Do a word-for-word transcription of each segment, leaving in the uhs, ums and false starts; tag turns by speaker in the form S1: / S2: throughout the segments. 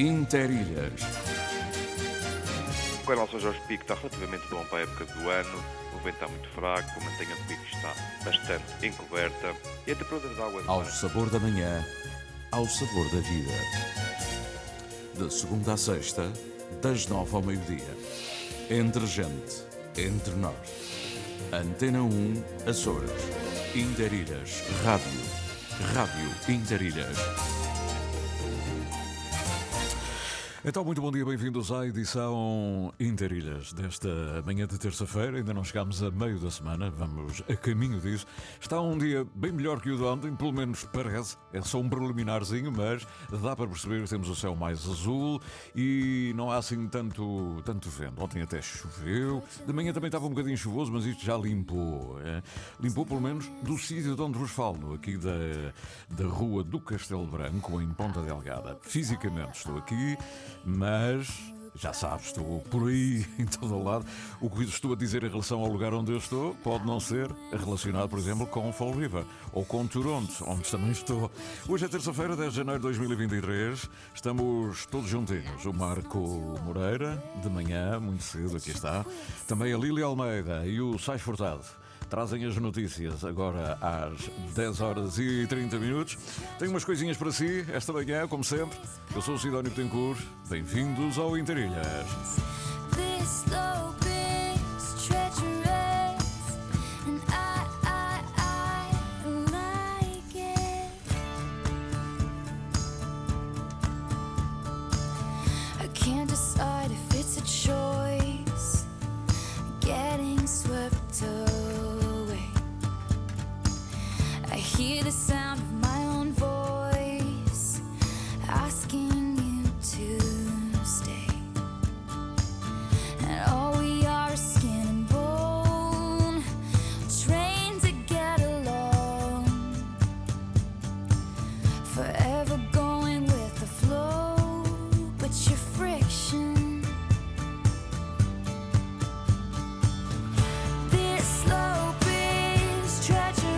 S1: Interilhas.
S2: O canal São Jorge Pico está relativamente bom para a época do ano. O vento está muito fraco, a mantenha do pico está bastante encoberta e a temperatura da água...
S1: Ao sabor da manhã, ao sabor da vida. De segunda a sexta, das nove ao meio-dia. Entre gente, entre nós. Antena um, Açores. Interilhas. Rádio. Rádio Interilhas. Então, muito bom dia, bem-vindos à edição Interilhas desta manhã de terça-feira. Ainda não chegámos a meio da semana, vamos a caminho disso. Está um dia bem melhor que o de ontem, pelo menos parece. É só um preliminarzinho, mas dá para perceber que temos o céu mais azul e não há assim tanto, tanto vento. Ontem até choveu, de manhã também estava um bocadinho chuvoso, mas isto já limpou. É? Limpou pelo menos do sítio de onde vos falo, aqui da, da rua do Castelo Branco, em Ponta Delgada. Fisicamente estou aqui, mas já sabes, estou por aí em todo o lado. O que estou a dizer em relação ao lugar onde eu estou pode não ser relacionado, por exemplo, com Fall River ou com Toronto, onde também estou. Hoje é terça-feira, dez de janeiro de dois mil e vinte e três. Estamos todos juntinhos. O Marco Moreira, de manhã, muito cedo, aqui está. Também a Lília Almeida e o Sais Furtado trazem as notícias agora às dez horas e trinta minutos. Tenho umas coisinhas para si esta manhã, como sempre. Eu sou o Sidónio Betancourt. Bem-vindos ao Interilhas.
S3: Hear the sound of my own voice asking you to stay, and all we are is skin and bone, trained to get along, forever going with the flow, but your friction, this slope is treacherous.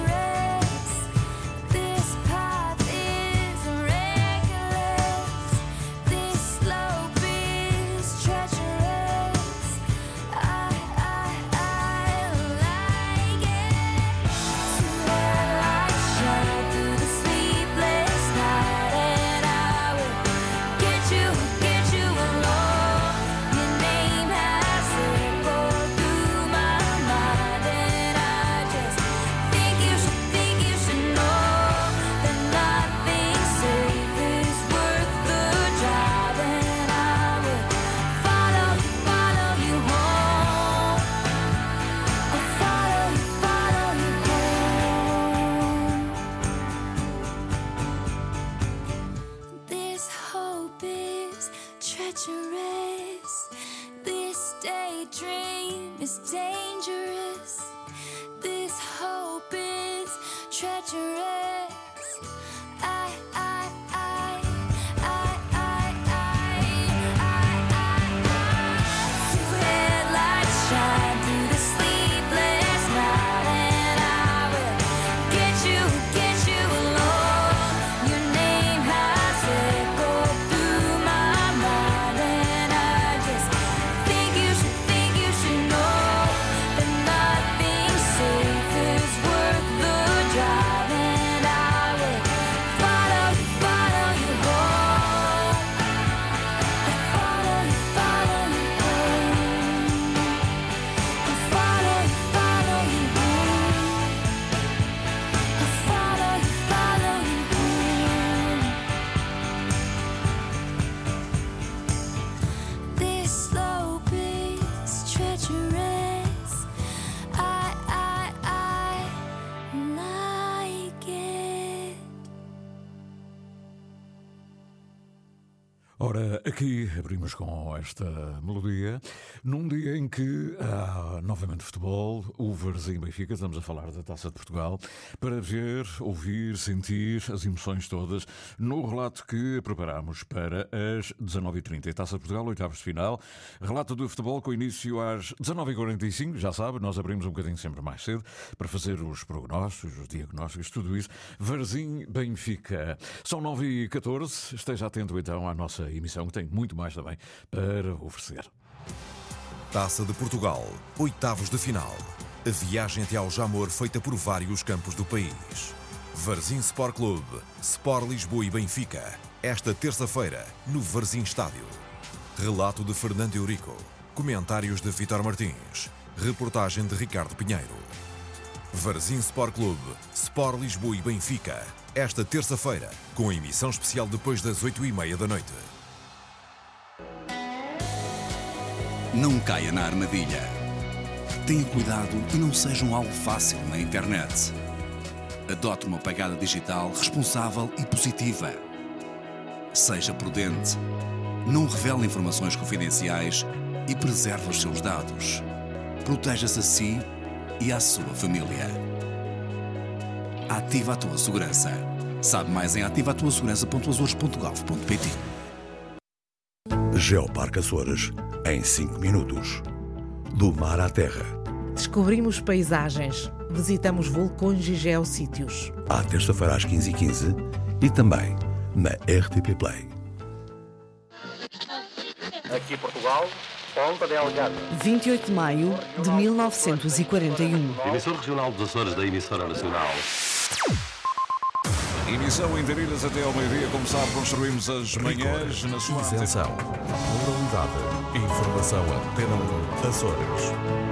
S1: Ora, aqui abrimos com esta melodia, num dia em que há novamente futebol, o Varzim Benfica, estamos a falar da Taça de Portugal, para ver, ouvir, sentir as emoções todas no relato que preparámos para as dezanove e trinta. Taça de Portugal, oitavos de final, relato do futebol com início às dezanove e quarenta e cinco, já sabe, nós abrimos um bocadinho sempre mais cedo para fazer os prognósticos, os diagnósticos, tudo isso. Varzim Benfica. São nove e catorze, esteja atento então à nossa emissão que tem muito mais também para oferecer.
S4: Taça de Portugal, oitavos de final. A viagem até ao Jamor feita por vários campos do país. Varzim Sport Clube, Sport Lisboa e Benfica. Esta terça-feira, no Varzim Estádio. Relato de Fernando Eurico. Comentários de Vítor Martins. Reportagem de Ricardo Pinheiro. Varzim Sport Clube, Sport Lisboa e Benfica. Esta terça-feira, com a emissão especial depois das oito e meia da noite.
S5: Não caia na armadilha. Tenha cuidado e não seja um alvo fácil na internet. Adote uma pegada digital responsável e positiva. Seja prudente. Não revele informações confidenciais e preserve os seus dados. Proteja-se a si e à sua família. Ativa a tua segurança. Sabe mais em ativa a tua segurança ponto azores ponto gov ponto pt.
S6: Geoparque Açores, em cinco minutos. Do mar à terra.
S7: Descobrimos paisagens, visitamos vulcões e geossítios.
S6: À terça-feira às quinze e quinze e também na R T P Play.
S8: Aqui Portugal, Ponta Delgada.
S7: vinte e oito de maio de mil novecentos e quarenta e um.
S8: Emissor regional dos Açores da emissora nacional.
S1: Emissão em Darilhas até ao meio-dia. Como sabe, construímos as manhãs na sua
S6: Isenção, pluralidade, informação Antena um Açores.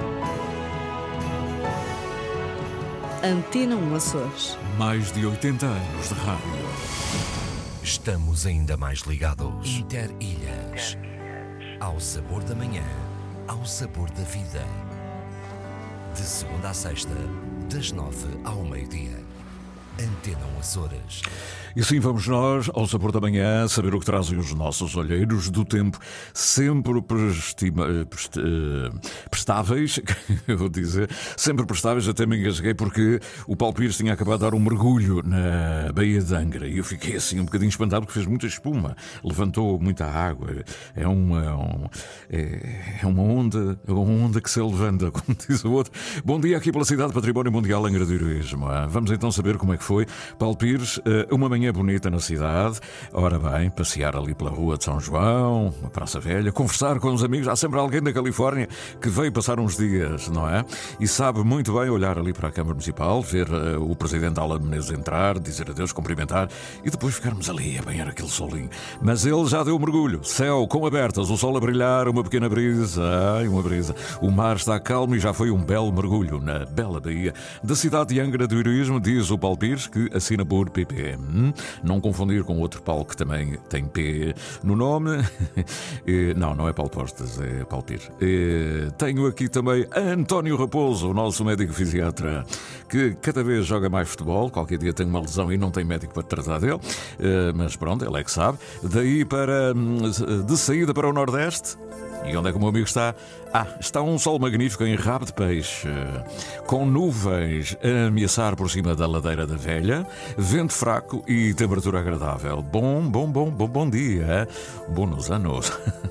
S7: Antena um Açores.
S1: Mais de oitenta anos de rádio.
S9: Estamos ainda mais ligados. Interilhas. Ao sabor da manhã, ao sabor da vida. De segunda à sexta, das nove ao meio-dia. Antena um Açores.
S1: E sim, vamos nós, ao sabor da manhã, saber o que trazem os nossos olheiros do tempo, sempre prestima, prest, uh, prestáveis, eu vou dizer, sempre prestáveis, até me engasguei porque o Paulo Pires tinha acabado de dar um mergulho na Baía de Angra e eu fiquei assim um bocadinho espantado porque fez muita espuma, levantou muita água, é uma, um, é, é uma onda, é uma onda que se levanta, como diz o outro. Bom dia aqui pela Cidade Património Mundial Angra do Heroísmo. Vamos então saber como é que foi. Paulo Pires, uma manhã bonita na cidade. Ora bem, passear ali pela rua de São João, a Praça Velha, conversar com os amigos. Há sempre alguém da Califórnia que veio passar uns dias, não é? E sabe muito bem olhar ali para a Câmara Municipal, ver uh, o Presidente Alan Menezes entrar, dizer adeus, cumprimentar e depois ficarmos ali a banhar aquele solinho. Mas ele já deu o mergulho. Céu com abertas, o sol a brilhar, uma pequena brisa. Ai, uma brisa. O mar está calmo e já foi um belo mergulho na bela baía da cidade de Angra do Heroísmo, diz o Paulo Pires, que assina por P P M. Não confundir com outro Paulo que também tem P no nome. Não, não é Paulo Postas, é Paulo Pires. Tenho aqui também António Raposo, o nosso médico fisiatra, que cada vez joga mais futebol. Qualquer dia tem uma lesão e não tem médico para tratar dele. Mas pronto, ele é que sabe. Daí para de saída para o Nordeste. E onde é que o meu amigo está? Ah, está um sol magnífico em Rabo de Peixe, com nuvens a ameaçar por cima da Ladeira da Velha, vento fraco e temperatura agradável. Bom, bom, bom, bom, bom dia. Bons anos.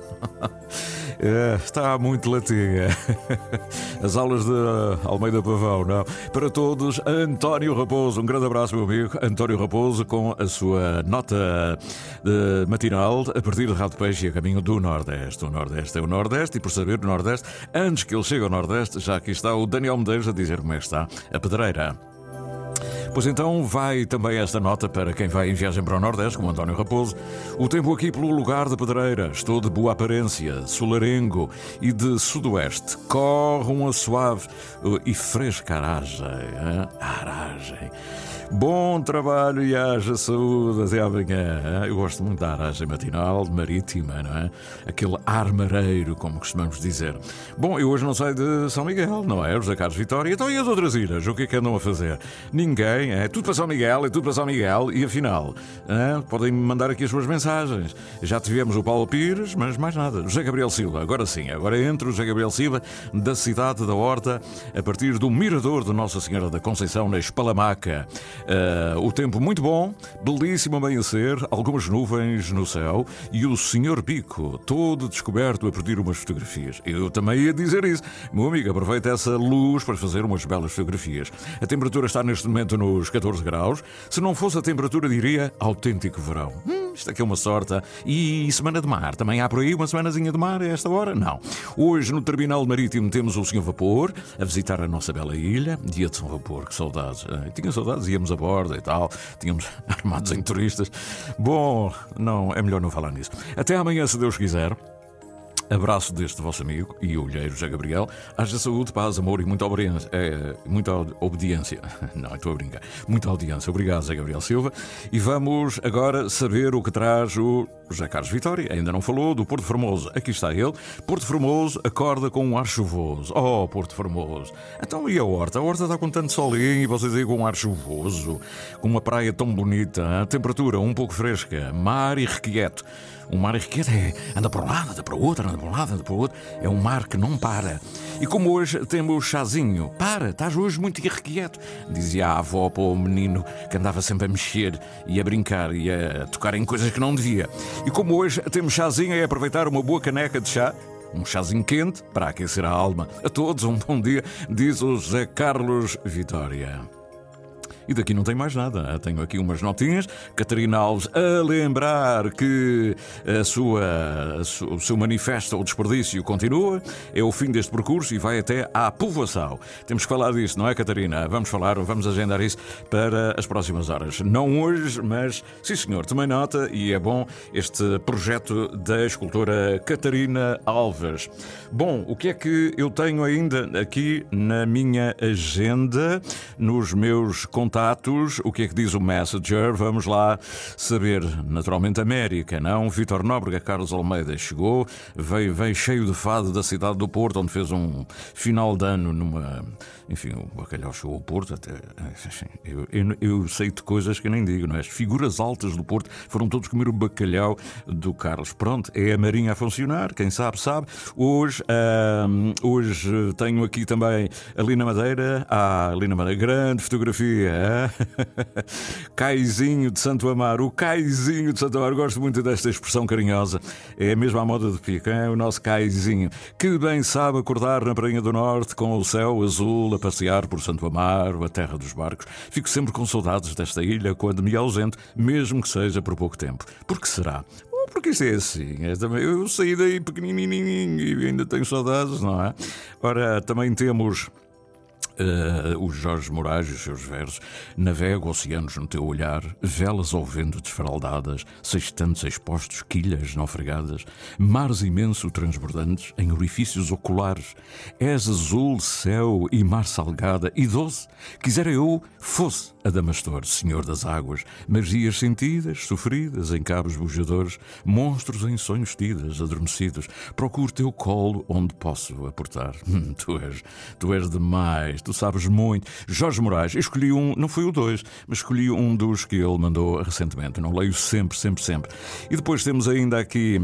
S1: É, está muito latinha. As aulas de Almeida Pavão, não? Para todos, António Raposo. Um grande abraço, meu amigo. António Raposo com a sua nota de matinal a partir de Rabo de Peixe e a caminho do Nordeste. O Nordeste é o Nordeste e por saber do Nordeste, antes que ele chegue ao Nordeste, já aqui está o Daniel Medeiros a dizer como é que está a pedreira. Pois então vai também esta nota para quem vai em viagem para o Nordeste, como António Raposo. O tempo aqui pelo lugar da Pedreira. Estou de boa aparência, solarengo e de sudoeste. Corre uma suave e fresca aragem. Hein? Aragem. Bom trabalho e haja saúde até amanhã. Eu gosto muito da aragem matinal, marítima, não é? Aquele ar mareiro, como costumamos dizer. Bom, eu hoje não saio de São Miguel, não é? José Carlos Vitória. Então e as outras ilhas? O que é que andam a fazer? Ninguém, é tudo para São Miguel, é tudo para São Miguel. E afinal, é? Podem mandar aqui as suas mensagens. Já tivemos o Paulo Pires, mas mais nada. José Gabriel Silva, agora sim, agora entra o José Gabriel Silva da cidade da Horta, a partir do mirador de Nossa Senhora da Conceição, na Espalamaca. Uh, o tempo muito bom, belíssimo amanhecer, algumas nuvens no céu e o senhor Pico todo descoberto a pedir umas fotografias. Eu também ia dizer isso. Meu amigo, aproveita essa luz para fazer umas belas fotografias. A temperatura está neste momento no nos catorze graus. Se não fosse a temperatura, diria autêntico verão. Hum, isto aqui é uma sorte. E semana de mar, também há por aí uma semanazinha de mar a esta hora? Não. Hoje no terminal marítimo temos o senhor Vapor a visitar a nossa bela ilha. Dia de São Vapor, que saudades. Ah, tinha saudades, íamos a bordo e tal, tínhamos armados em turistas. Bom, não, é melhor não falar nisso. Até amanhã, se Deus quiser. Abraço deste vosso amigo e olheiro José Gabriel. Haja saúde, paz, amor e muita obediência. É, muita obediência. Não, estou a brincar. Muita audiência. Obrigado, José Gabriel Silva. E vamos agora saber o que traz o José Carlos Vitória. Ainda não falou do Porto Formoso. Aqui está ele. Porto Formoso acorda com um ar chuvoso. Oh, Porto Formoso. Então e a Horta? A Horta está com tanto solinho e vocês aí com um ar chuvoso. Com uma praia tão bonita. A temperatura um pouco fresca. Mar irrequieto. Um mar irrequieto é, anda para um lado, anda para o outro, anda para um lado, anda para o outro. É um mar que não para. E como hoje temos chazinho, para, estás hoje muito irrequieto, dizia a avó para o menino que andava sempre a mexer e a brincar e a tocar em coisas que não devia. E como hoje temos chazinho, é aproveitar uma boa caneca de chá, um chazinho quente para aquecer a alma. A todos um bom dia, diz o José Carlos Vitória. E daqui não tem mais nada. Tenho aqui umas notinhas. Catarina Alves a lembrar que a sua, a o seu manifesto ao desperdício continua. É o fim deste percurso e vai até à povoação. Temos que falar disso, não é, Catarina? Vamos falar, vamos agendar isso para as próximas horas. Não hoje, mas sim, senhor, tomei nota e é bom este projeto da escultora Catarina Alves. Bom, o que é que eu tenho ainda aqui na minha agenda, nos meus contatos? O que é que diz o Messenger? Vamos lá saber. Naturalmente América, não? Vítor Nóbrega, Carlos Almeida chegou, veio, veio cheio de fado da cidade do Porto, onde fez um final de ano numa... Enfim, o bacalhau chegou ao Porto. Até... Eu, eu, eu sei de coisas que eu nem digo, não é? As figuras altas do Porto foram todos comer o bacalhau do Carlos. Pronto, é a Marinha a funcionar, quem sabe, sabe. Hoje, hum, hoje tenho aqui também ali na Madeira, ah, ali na Madeira, grande fotografia. Caizinho de Santo Amaro, o Caizinho de Santo Amaro, gosto muito desta expressão carinhosa, é a mesma moda de pica, é o nosso Caizinho, que bem sabe acordar na Prainha do Norte com o céu azul a passear por Santo Amaro, a terra dos barcos. Fico sempre com saudades desta ilha quando me ausento, mesmo que seja por pouco tempo. Por que será? Porque isto é assim, é também, eu saí daí pequenininho e ainda tenho saudades, não é? Ora, também temos... Uh, o Jorge Moraes e os seus versos. Navego oceanos no teu olhar, velas ao vento desfaraldadas, sextantes expostos, quilhas naufragadas, mares imenso transbordantes em orifícios oculares. És azul, céu e mar salgada e doce. Quisera eu fosse Adamastor, senhor das águas, magias sentidas, sofridas em cabos bujadores, monstros em sonhos tidas, adormecidos. Procuro teu colo onde posso aportar. Hum, tu és, tu és demais. Tu sabes muito. Jorge Moraes, eu escolhi um, não foi o dois, mas escolhi um dos que ele mandou recentemente. Não leio sempre, sempre, sempre. E depois temos ainda aqui,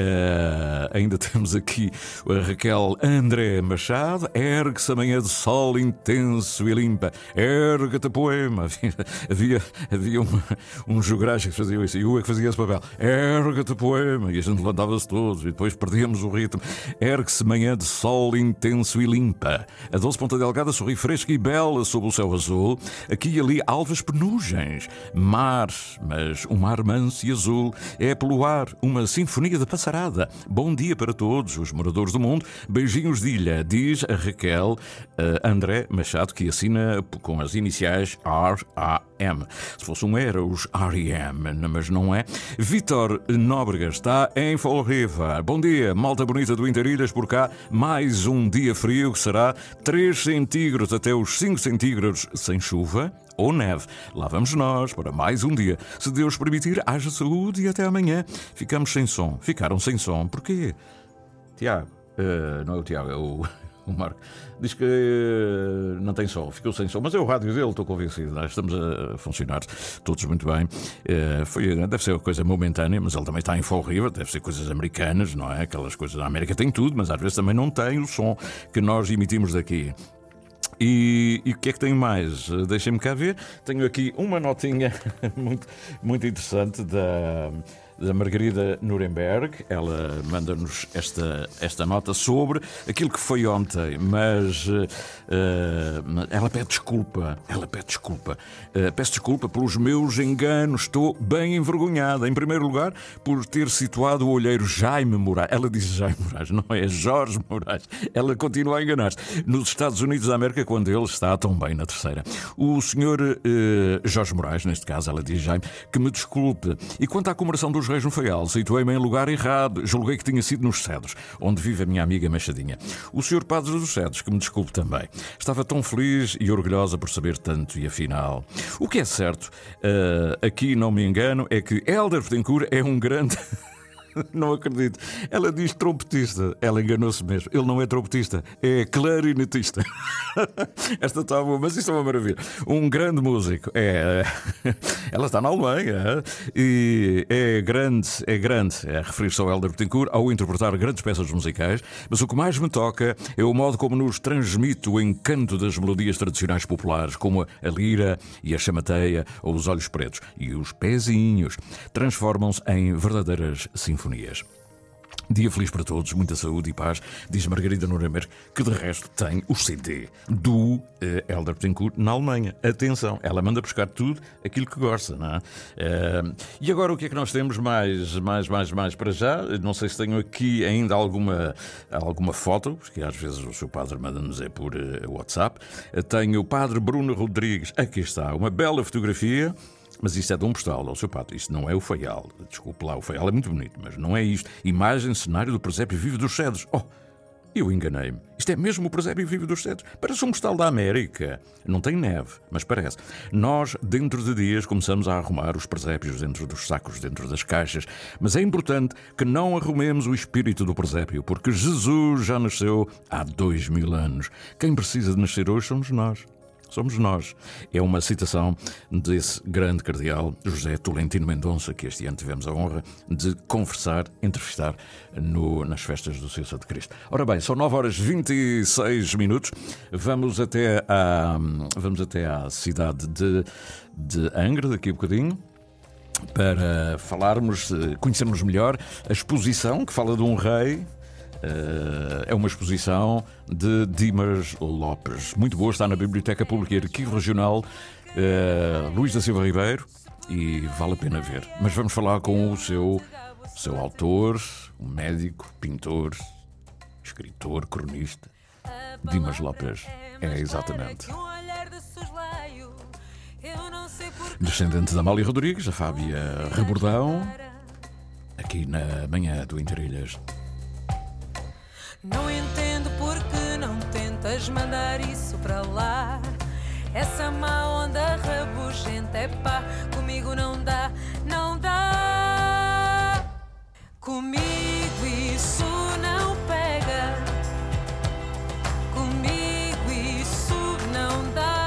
S1: uh, ainda temos aqui a Raquel André Machado. Ergue-se amanhã de sol intenso e limpa. Ergue-te poema. Havia, havia um, um jográfico que fazia isso, e eu é que fazia esse papel. Ergue-te poema. E a gente levantava-se todos e depois perdíamos o ritmo. Ergue-se amanhã de sol intenso e limpa. A doce Ponta Delgada sorri fresca e bela sob o céu azul. Aqui e ali alvas penugens. Mar, mas um mar manso e azul. É pelo ar uma sinfonia de passarada. Bom dia para todos os moradores do mundo. Beijinhos de ilha, diz a Raquel uh, André Machado, que assina com as iniciais R A M. Se fosse um era os R E M, mas não é. Vítor Nóbrega está em Fall River. Bom dia, malta bonita do Interilhas por cá. Mais um dia frio que será três centígrados até os cinco centígrados sem chuva ou neve. Lá vamos nós para mais um dia. Se Deus permitir, haja saúde e até amanhã. Ficamos sem som. Ficaram sem som. Porquê? Tiago, uh, não é o Tiago, é o... O Marco diz que uh, não tem som, ficou sem som, mas é o rádio dele, estou convencido. Nós estamos a funcionar todos muito bem. Uh, foi, deve ser uma coisa momentânea, mas ele também está em Fall River, deve ser coisas americanas, não é? Aquelas coisas da América tem tudo, mas às vezes também não tem o som que nós emitimos daqui. E, e o que é que tenho mais? Deixem-me cá ver. Tenho aqui uma notinha muito, muito interessante da. da Margarida Nuremberg. Ela manda-nos esta, esta nota sobre aquilo que foi ontem, mas uh, uh, ela pede desculpa. Ela pede desculpa. Uh, peço desculpa pelos meus enganos. Estou bem envergonhada. Em primeiro lugar, por ter situado o olheiro Jaime Moraes. Ela diz Jaime Moraes, não é Jorge Moraes. Ela continua a enganar-se. Nos Estados Unidos da América, quando ele está tão bem na terceira. O senhor uh, Jorge Moraes, neste caso, ela diz Jaime, que me desculpe. E quanto à comemoração dos Reis no Faial, situei-me em lugar errado. Julguei que tinha sido nos Cedros, onde vive a minha amiga Machadinha. O senhor Padre dos Cedros, que me desculpe também. Estava tão feliz e orgulhosa por saber tanto e afinal. O que é certo, uh, aqui não me engano, é que Hélder Betancourt é um grande... Não acredito. Ela diz trompetista. Ela enganou-se mesmo. Ele não é trompetista, é clarinetista. Esta está boa, mas isto é uma maravilha. Um grande músico. É... Ela está na Alemanha e é grande, é grande. É referir-se ao Hélder Betancourt ao interpretar grandes peças musicais. Mas o que mais me toca é o modo como nos transmite o encanto das melodias tradicionais populares, como a lira e a chamateia ou os olhos pretos. E os pezinhos transformam-se em verdadeiras sinfonias. Dia feliz para todos, muita saúde e paz, diz Margarida Nuremberg, que de resto tem o C D do uh, Hélder Betancourt na Alemanha. Atenção, ela manda buscar tudo aquilo que gosta, não é? Uh, e agora o que é que nós temos mais, mais, mais, mais para já? Não sei se tenho aqui ainda alguma, alguma foto, porque às vezes o seu padre manda-nos é por uh, WhatsApp. Uh, tenho o padre Bruno Rodrigues, aqui está, uma bela fotografia. Mas isto é de um postal, ao seu padre. Isto não é o Faial. Desculpe lá, o Faial é muito bonito, mas não é isto. Imagem, cenário do presépio vivo dos Cedros. Oh, eu enganei-me. Isto é mesmo o presépio vivo dos Cedros. Parece um postal da América. Não tem neve, mas parece. Nós, dentro de dias, começamos a arrumar os presépios dentro dos sacos, dentro das caixas. Mas é importante que não arrumemos o espírito do presépio, porque Jesus já nasceu há dois mil anos. Quem precisa de nascer hoje somos nós. Somos nós. É uma citação desse grande cardeal José Tolentino Mendonça, que este ano tivemos a honra de conversar, entrevistar no, nas festas do Seu Santo Cristo. Ora bem, são nove horas e vinte e seis minutos. Vamos até à, vamos até à cidade de, de Angra, daqui a bocadinho, para falarmos, conhecermos melhor a exposição que fala de um rei. Uh, é uma exposição de Dimas Lopes. Muito boa, está na Biblioteca Pública e Arquivo Regional uh, Luís da Silva Ribeiro e vale a pena ver. Mas vamos falar com o seu, seu autor, um médico, pintor, escritor, cronista. Dimas Lopes é exatamente descendente da Amália Rodrigues, a Fábia Rebordão, aqui na Manhã do Interilhas.
S10: Não entendo porque não tentas mandar isso para lá. Essa má onda rabugenta é pá, comigo não dá, não dá. Comigo isso não pega. Comigo isso não dá.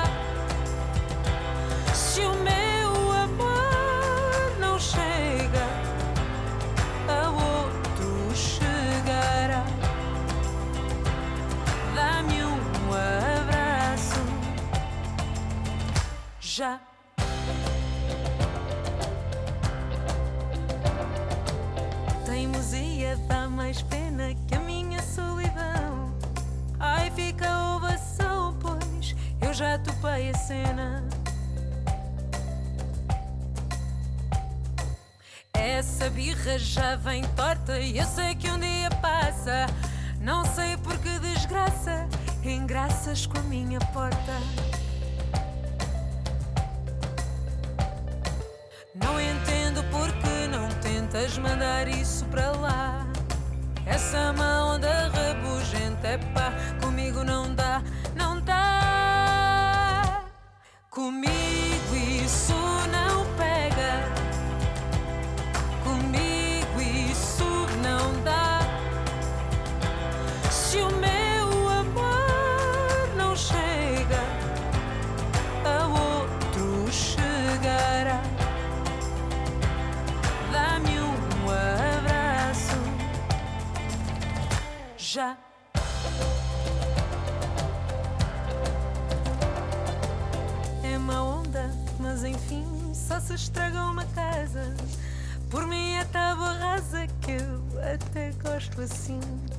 S10: Se o meu amor não chega, a outro chegará. Dá-me um abraço já. Teimosia dá mais pena que a minha solidão. Ai, fica a ovação, pois eu já topei a cena. Essa birra já vem torta e eu sei que um dia passa. Não sei por que desgraça engraças com a minha porta. Não entendo porque não tentas mandar isso para lá. Essa má onda rabugenta é pá, comigo não dá, não dá. Comigo isso não pega. Comigo isso não dá. Se o meu amor não chega, a outro chegará. Dá-me um abraço já. É má onda, mas enfim, só se estraga uma casa Por mim é tábua rasa que eu até gosto assim.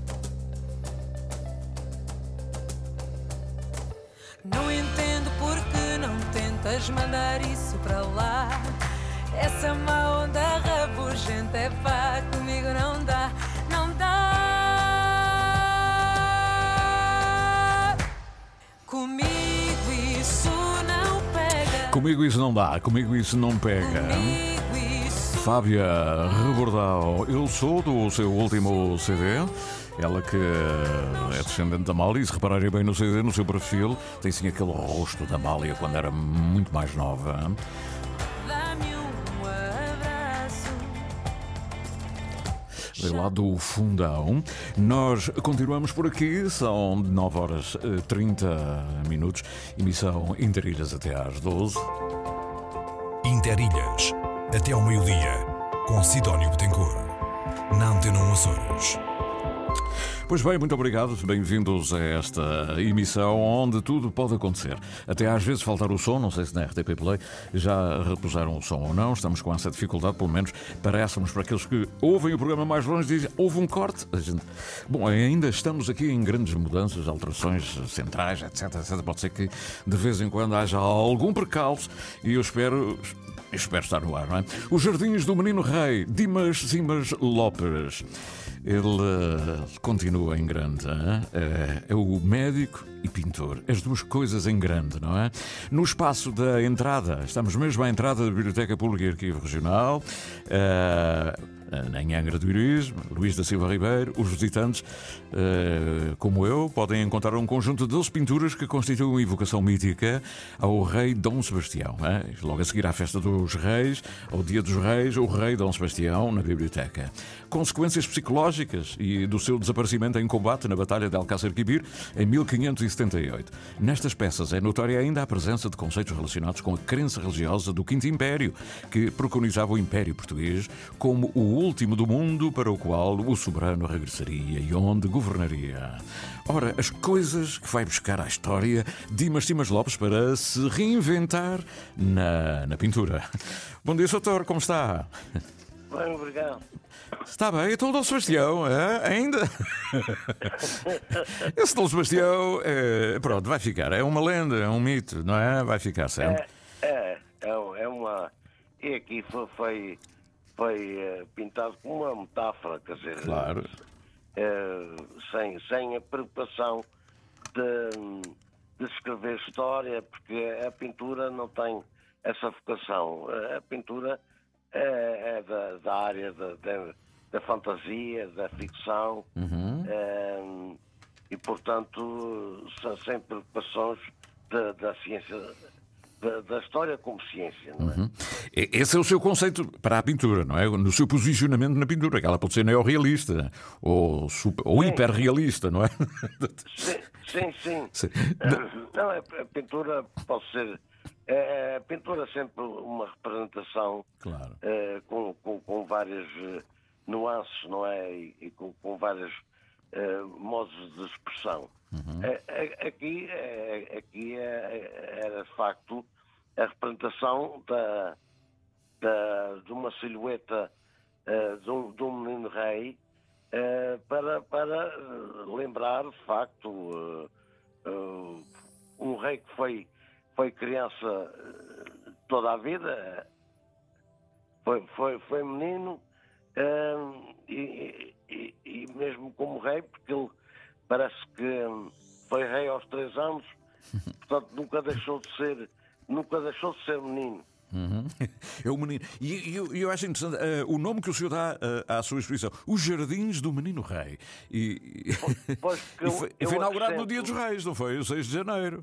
S10: Não entendo porque não tentas mandar isso para lá. Essa má onda rabugenta é pá, comigo não dá, não dá. Comigo isso não pega.
S1: Comigo isso não dá, comigo isso não pega.
S10: Comigo isso...
S1: Fábia Rebordão, eu sou do seu último C D. Ela que é descendente da Amália, e se repararem bem no C D, no seu perfil, tem sim aquele rosto da Amália quando era muito mais nova.
S10: Dá-me um abraço.
S1: Veio lá do Fundão. Nós continuamos por aqui, são nove horas e trinta minutos, emissão Interilhas até às doze.
S4: Interilhas, até ao meio-dia, com Sidónio Betancourt, na Antena um Açores.
S1: Pois bem, muito obrigado, bem-vindos a esta emissão onde tudo pode acontecer. Até às vezes faltar o som, não sei se na R T P Play já repuseram o som ou não, estamos com essa dificuldade, pelo menos parece-nos para aqueles que ouvem o programa mais longe, dizem, houve um corte. A gente... Bom, ainda estamos aqui em grandes mudanças, alterações centrais, etc, etcétera. Pode ser que de vez em quando haja algum percalço e eu espero... Eu espero estar no ar, não é? Os Jardins do Menino Rei, Dimas Simas Lopes. Ele uh, continua em grande, hein? É, é o médico e pintor. As duas coisas em grande, não é? No espaço da entrada, estamos mesmo à entrada da Biblioteca Pública e Arquivo Regional, uh, em Angra do Heroísmo, Luís da Silva Ribeiro. Os visitantes, uh, como eu, podem encontrar um conjunto de doze pinturas que constituem uma evocação mítica ao rei Dom Sebastião. Hein? Logo a seguir à festa dos reis, ao dia dos reis, o rei Dom Sebastião na biblioteca. Consequências psicológicas e do seu desaparecimento em combate na Batalha de Alcácer Quibir em mil quinhentos e setenta e oito. Nestas peças é notória ainda a presença de conceitos relacionados com a crença religiosa do Quinto Império, que preconizava o Império Português como o último do mundo para o qual o soberano regressaria e onde governaria. Ora, as coisas que vai buscar à história Dimas Simas Lopes para se reinventar na, na pintura. Bom dia, doutor, como está?
S11: Bem, obrigado.
S1: Está bem, então o Dom Sebastião, é? Ainda? Esse Dom Sebastião, é, pronto, vai ficar. É uma lenda, é um mito, não é? Vai ficar sempre.
S11: É, é, é uma... E aqui foi, foi, foi uh, pintado como uma metáfora, quer dizer...
S1: Claro.
S11: Uh, sem, sem a preocupação de, de escrever história, porque a pintura não tem essa vocação. A pintura é, é da, da área da, da, da fantasia, da ficção,
S1: uhum.
S11: é, e, portanto, são sem preocupações da, da ciência, da, da história como ciência, não é?
S1: Uhum. Esse é o seu conceito para a pintura, não é? No seu posicionamento na pintura, que ela pode ser neorrealista ou, super, ou hiperrealista, não é?
S11: Sim, sim, sim.
S1: sim.
S11: Não, a pintura pode ser... É, a pintura é sempre uma representação,
S1: claro.
S11: é, com, com, com várias uh, nuances, não é? E, e com, com vários uh, modos de expressão.
S1: Uhum.
S11: É, é, aqui é, aqui é, era de facto a representação da, da, de uma silhueta uh, de, um, de um menino rei uh, para, para lembrar de facto uh, uh, um rei que foi Foi criança toda a vida, foi, foi, foi menino, um, e, e, e mesmo como rei, porque ele parece que foi rei aos três anos, portanto nunca deixou de ser, nunca deixou de ser menino.
S1: Uhum. É o menino. E eu, eu acho interessante uh, o nome que o senhor dá uh, à sua exposição: Os Jardins do Menino Rei. E,
S11: pois,
S1: e foi,
S11: eu,
S1: foi
S11: eu
S1: inaugurado
S11: acrescento...
S1: no Dia dos Reis, não foi? O seis de janeiro.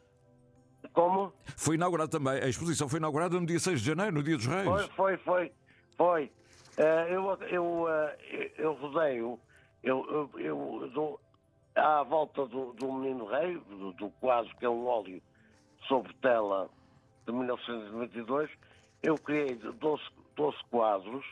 S11: Como?
S1: Foi inaugurado também, a exposição foi inaugurada no dia seis de janeiro, no Dia dos Reis.
S11: Foi, foi, foi. foi. Uh, eu, eu, uh, eu rodeio, eu, eu, eu dou à volta do, do Menino Rei, do, do quadro, que é um óleo sobre tela de mil novecentos e noventa e dois, eu criei doze, doze quadros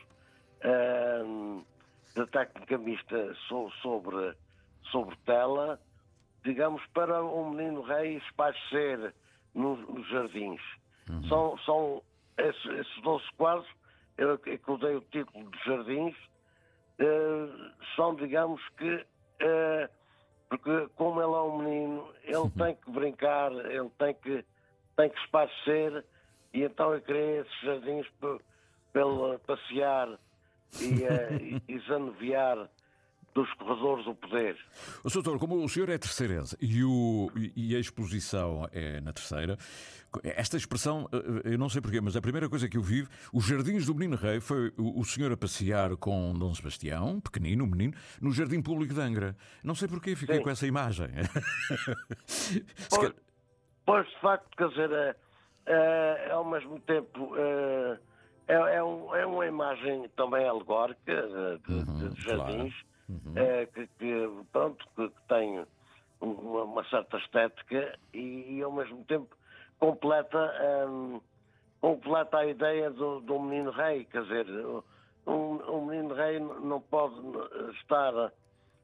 S11: uh, de técnica mista so, sobre, sobre tela, digamos, para o Menino Rei esparecer nos, nos jardins.
S1: Uhum.
S11: São, são esses, esses doze quadros eu, que eu dei o título de Jardins, uh, são, digamos que, uh, porque como ele é um menino, ele tem que brincar, ele tem que, tem que esparecer, e então eu criei esses jardins para ele passear e, uh, e, e zaneviar dos corredores do poder.
S1: O doutor, como o senhor é terceirense e, o, e a exposição é na Terceira, esta expressão, eu não sei porquê, mas a primeira coisa que eu vi, os Jardins do Menino Rei, foi o, o senhor a passear com Dom Sebastião, pequenino, menino, no Jardim Público de Angra. Não sei porquê, fiquei Sim. com essa imagem.
S11: Pois, pois, de facto, quer dizer, é, é, ao mesmo tempo... É, é, é, um, é uma imagem também alegórica de,
S1: uhum,
S11: de jardins,
S1: claro. Uhum.
S11: É, que, que, pronto, que, que tem uma, uma certa estética e, e ao mesmo tempo completa, um, completa a ideia do, do menino rei, quer dizer, um, um menino rei não pode estar uh,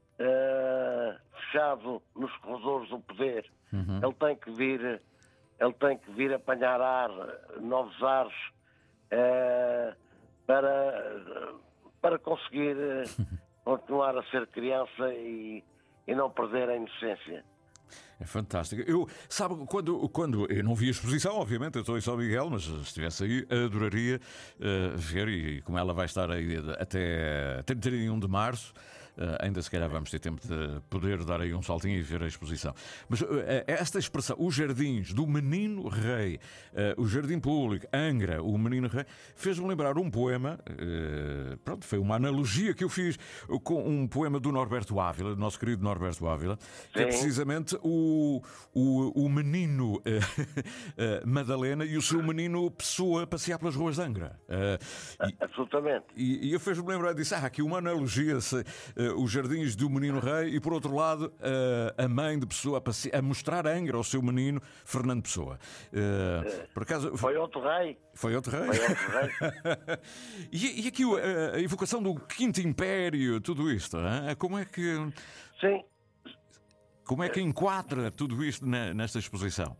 S11: fechado nos corredores do poder.
S1: Uhum.
S11: Ele tem que vir, ele tem que vir apanhar ar, novos ares, uh, para, para conseguir uh, continuar a ser criança e, e não perder a inocência.
S1: É fantástico. Eu, sabe, quando, quando eu não vi a exposição, obviamente, eu estou em São Miguel, mas se estivesse aí, adoraria uh, ver, e como ela vai estar aí até trinta e um de março, Uh, ainda se calhar vamos ter tempo de poder dar aí um saltinho e ver a exposição. Mas uh, esta expressão, os jardins do Menino Rei, uh, o Jardim Público, Angra, o Menino Rei, fez-me lembrar um poema, uh, pronto, foi uma analogia que eu fiz com um poema do Norberto Ávila, do nosso querido Norberto Ávila, que Sim. é precisamente o, o, o menino uh, uh, Madalena e o seu menino Pessoa passear pelas ruas de Angra.
S11: Uh, e, Absolutamente.
S1: E, e eu fez-me lembrar disso, ah, aqui uma analogia, se, uh, os jardins do Menino Rei e, por outro lado, uh, a mãe de Pessoa a, passe... a mostrar a Angra ao seu menino, Fernando Pessoa. Uh, por acaso...
S11: Foi outro rei.
S1: Foi outro rei.
S11: Foi outro rei.
S1: e, e aqui a, a evocação do Quinto Império, tudo isto, hein? Como é que...
S11: Sim.
S1: Como é que enquadra tudo isto na, nesta exposição?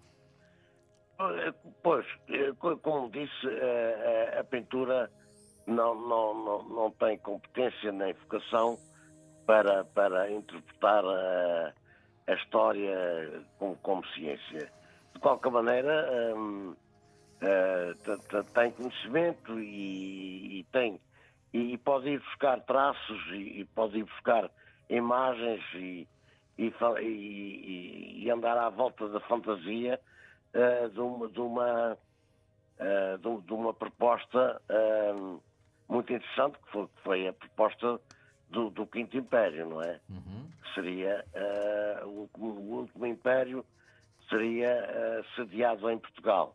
S11: Pois, como disse, a, a pintura não, não, não, não tem competência nem vocação para, para interpretar a, a história como, como ciência. De qualquer maneira, hum, uh, tem conhecimento e, e tem e pode ir buscar traços e, e pode ir buscar imagens e, e, e, e andar à volta da fantasia uh, de uma, de uma, uh, de, de uma proposta uh, muito interessante, que foi, que foi a proposta Do, do Quinto Império, não é?
S1: Uhum.
S11: Seria uh, o, o último império seria uh, sediado em Portugal.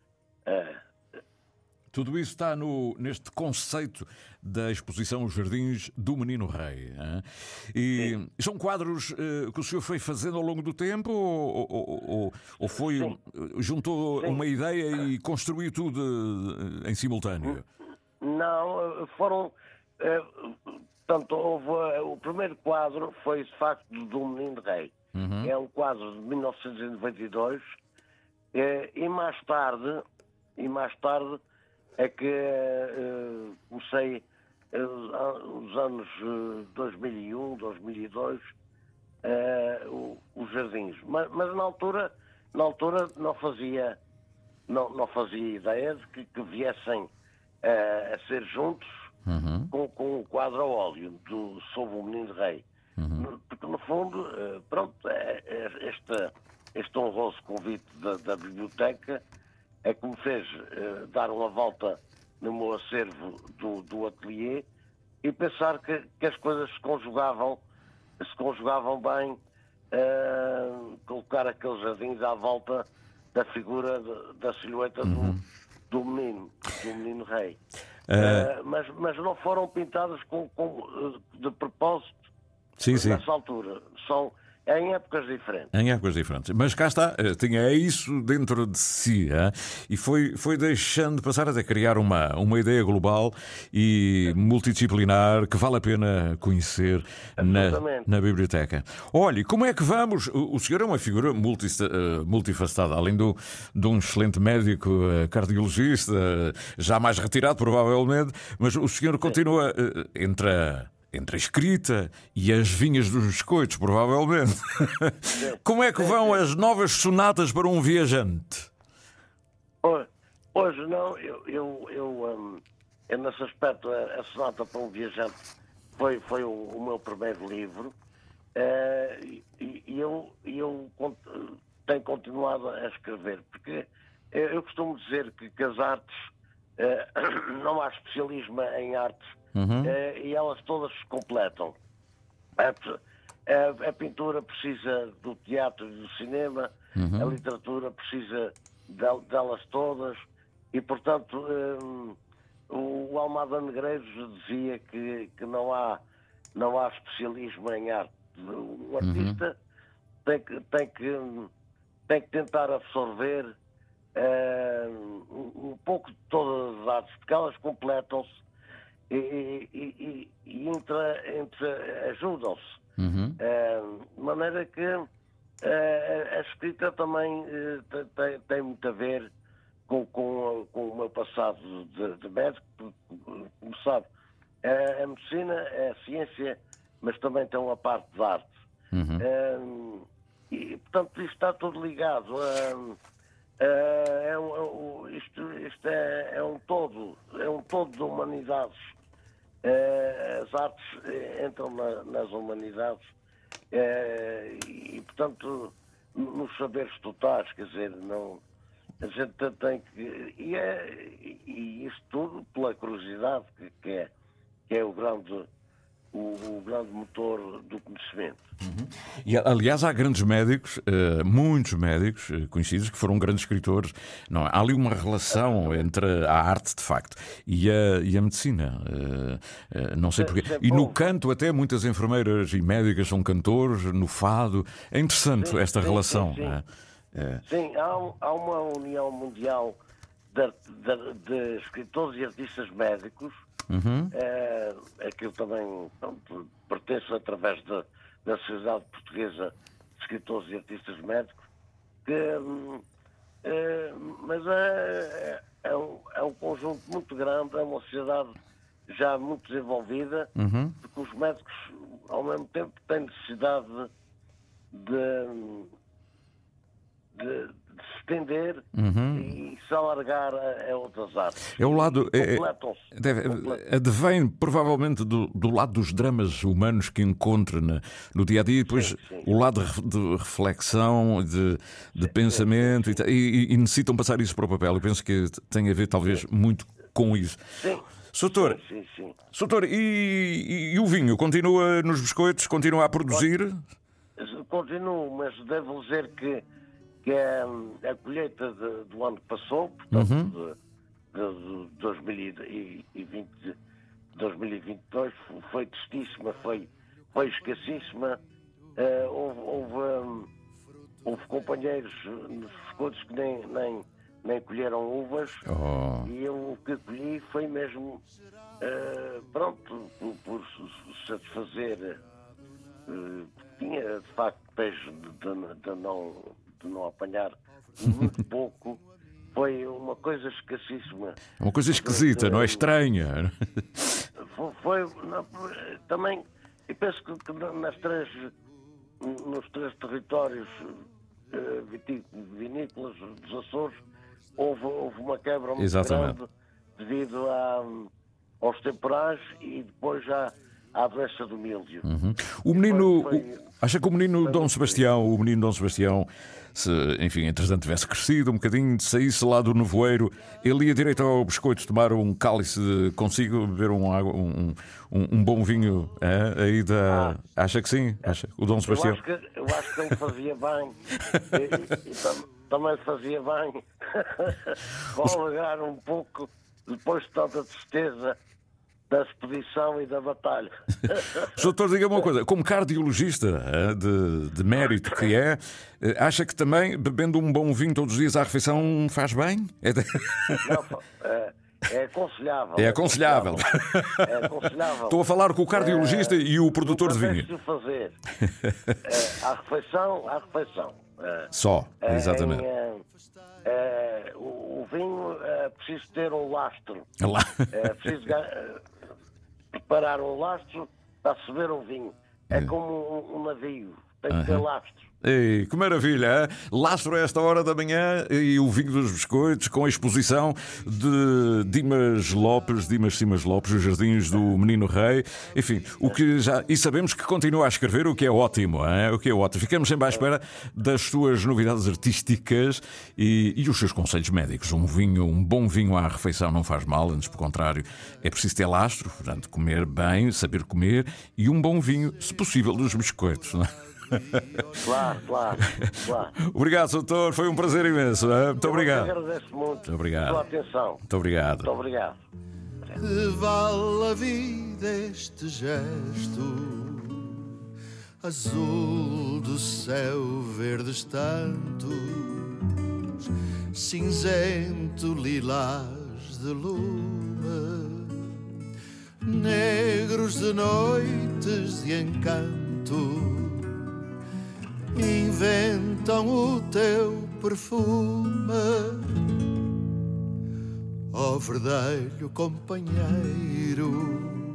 S11: Uh,
S1: Tudo isso está no, neste conceito da exposição Os Jardins do Menino Rei. Hein? E Sim. são quadros uh, que o senhor foi fazendo ao longo do tempo ou, ou, ou, ou foi Sim. juntou Sim. uma ideia e construiu tudo em simultâneo?
S11: Não, foram... Uh, Portanto, houve, o primeiro quadro foi, de facto, do Menino Rei.
S1: Uhum.
S11: É um quadro de mil novecentos e noventa e dois. Eh, e mais tarde, e mais tarde é que eh, comecei eh, os anos dois mil e um, dois mil e dois, eh, os jardins. Mas, mas na altura, na altura não fazia, não, não fazia ideia de que, que viessem eh, a ser juntos.
S1: Uhum.
S11: Com, com o quadro a óleo do, sobre o Menino Rei.
S1: Uhum.
S11: Porque, no fundo, pronto, é, é, este, este honroso convite da, da biblioteca é que me fez é, dar uma volta no meu acervo do, do ateliê e pensar que, que as coisas se conjugavam, se conjugavam bem, é, colocar aqueles jardins à volta da figura, de, da silhueta
S1: uhum.
S11: do, do menino, do Menino Rei.
S1: Uh...
S11: Uh, mas, mas não foram pintadas com, com, de propósito
S1: sim,
S11: nessa
S1: sim.
S11: altura. São, em épocas diferentes.
S1: Em épocas diferentes. Mas cá está, eh, tinha isso dentro de si, hein? E foi, foi deixando passar até criar uma, uma ideia global e multidisciplinar que vale a pena conhecer na, na biblioteca. Olhe, como é que vamos? O, o senhor é uma figura multi, uh, multifacetada, além do, de um excelente médico uh, cardiologista, uh, já mais retirado provavelmente, mas o senhor continua uh, entre a Entre a escrita e as vinhas dos biscoitos, provavelmente. Como é que vão as novas sonatas para um viajante?
S11: Hoje, hoje não, eu, eu, eu, um, eu nesse aspecto, a, a sonata para um viajante foi, foi o, o meu primeiro livro, uh, e, e eu, eu cont, tenho continuado a escrever, porque eu, eu costumo dizer que, que as artes, uh, não há especialismo em artes, Uhum. Uh, e elas todas se completam. A, a, a pintura precisa do teatro e do cinema, uhum. a literatura precisa del, delas todas, e portanto um, o, o Almada Negreiros dizia que, que não há, não há especialismo em arte. O artista uhum. tem, que, tem, que, tem que tentar absorver uh, um, um pouco de todas as artes, porque elas completam-se E, e, e, e entre, entre ajudam-se. Uhum. Uh, de maneira que uh, a escrita também uh, tem, tem muito a ver com, com, com o meu passado de, de médico. Como sabe, a, a medicina é a ciência, mas também tem uma parte de arte. Uhum. Uh, e, portanto, isto está tudo ligado. Uh, uh, é um, isto isto é, é um todo, é um todo de humanidades. Uh, as artes uh, entram na, nas humanidades uh, e, portanto, nos saberes totais, quer dizer, não, a gente tem que... E, é, e isto tudo pela curiosidade, que, que, é, que é o grande, o, o grande motor do conhecimento.
S1: Uhum. E, aliás, há grandes médicos, uh, muitos médicos uh, conhecidos que foram grandes escritores. Não, há ali uma relação entre a arte, de facto, e a, e a medicina. Uh, uh, não sei porquê. E no canto, até muitas enfermeiras e médicas são cantores, no fado. É interessante sim, esta sim, relação.
S11: Sim, sim.
S1: É? É.
S11: Sim, há, um, há uma união mundial de, de, de escritores e artistas médicos. Uhum. É, aquilo também pronto, pertence através de da Sociedade Portuguesa de Escritores e Artistas Médicos, que, é, mas é, é, um, é um conjunto muito grande, é uma sociedade já muito desenvolvida, uhum. porque os médicos, ao mesmo tempo, têm necessidade de, de, de se estender uhum. e se alargar a, a outras artes.
S1: É o lado... É, deve, advém provavelmente do, do lado dos dramas humanos que encontra na, no dia-a-dia e depois sim, sim. o lado de reflexão, de, de sim, pensamento sim, sim. E, e, e necessitam passar isso para o papel. Eu penso que tem a ver talvez sim. muito com isso.
S11: Sim.
S1: Soutor,
S11: sim, sim, sim.
S1: Soutor, e, e, e o vinho? Continua nos biscoitos? Continua a produzir?
S11: Continuo, mas devo dizer que que é a colheita de, do ano que passou, portanto, uhum. de, de, de dois mil e vinte, dois mil e vinte e dois, foi tristíssima, foi, foi escassíssima. Uh, houve, houve, um, houve companheiros nos biscoitos que nem, nem, nem colheram uvas, oh. e eu o que colhi foi mesmo, uh, pronto, por, por satisfazer, uh, tinha de facto peixe de, de, de não... de não apanhar muito pouco, foi uma coisa escassíssima.
S1: Uma coisa esquisita, não é estranha?
S11: Foi, foi não, também, eu penso que, que nas três, nos três territórios uh, vinícolas dos Açores houve, houve uma quebra muito Exatamente. grande devido a, aos temporais e depois já à doença do míldio.
S1: Uhum. O menino, foi, foi, acha que o menino Dom Sebastião, o menino Dom Sebastião, se, enfim, entretanto tivesse crescido um bocadinho, saísse lá do nevoeiro, ele ia direito ao biscoito tomar um cálice de, consigo, beber um, água, um, um, um bom vinho, é? Aí da... Ah, acha que sim? Acha? O Dom Sebastião?
S11: Eu acho que, eu acho que ele fazia bem. e, e, e tam, também fazia bem. Vou alegrar um pouco, depois de tanta tristeza. da expedição e da batalha.
S1: Doutor, diga-me uma coisa, como cardiologista de, de mérito que é, acha que também bebendo um bom vinho todos os dias à refeição faz bem? É, de...
S11: Não, é, é aconselhável.
S1: É aconselhável.
S11: É aconselhável.
S1: Estou a falar com o cardiologista é, e o produtor de vinho.
S11: Fazer. É, à refeição, à refeição. É,
S1: Só, exatamente.
S11: É, é, o, o vinho é preciso ter um lastro.
S1: Lá.
S11: É preciso preparar um lastro para se beber um vinho. É, é. como um, um navio, tem que ter uh-huh. lastro.
S1: Ei, que maravilha! Hein? Lastro a esta hora da manhã e o vinho dos biscoitos com a exposição de Dimas Lopes, Dimas Simas Lopes, os Jardins do Menino Rei. Enfim, o que já. E sabemos que continua a escrever, o que é ótimo, hein? O que é ótimo. Ficamos sempre à espera das suas novidades artísticas e, e os seus conselhos médicos. Um vinho, um bom vinho à refeição não faz mal, antes, pelo contrário, é preciso ter lastro, portanto, comer bem, saber comer e um bom vinho, se possível, dos biscoitos, não é?
S11: Claro, claro, claro.
S1: Obrigado, doutor. Foi um prazer imenso. Hein? Muito
S11: Eu
S1: obrigado.
S11: Agradeço muito.
S1: Muito obrigado.
S11: Pela atenção.
S1: Muito obrigado.
S11: Muito obrigado.
S12: Que vale a vida este gesto azul do céu, verdes tantos, cinzento, lilás de lume, negros de noites de encanto. Inventam o teu perfume, ó verdelho companheiro,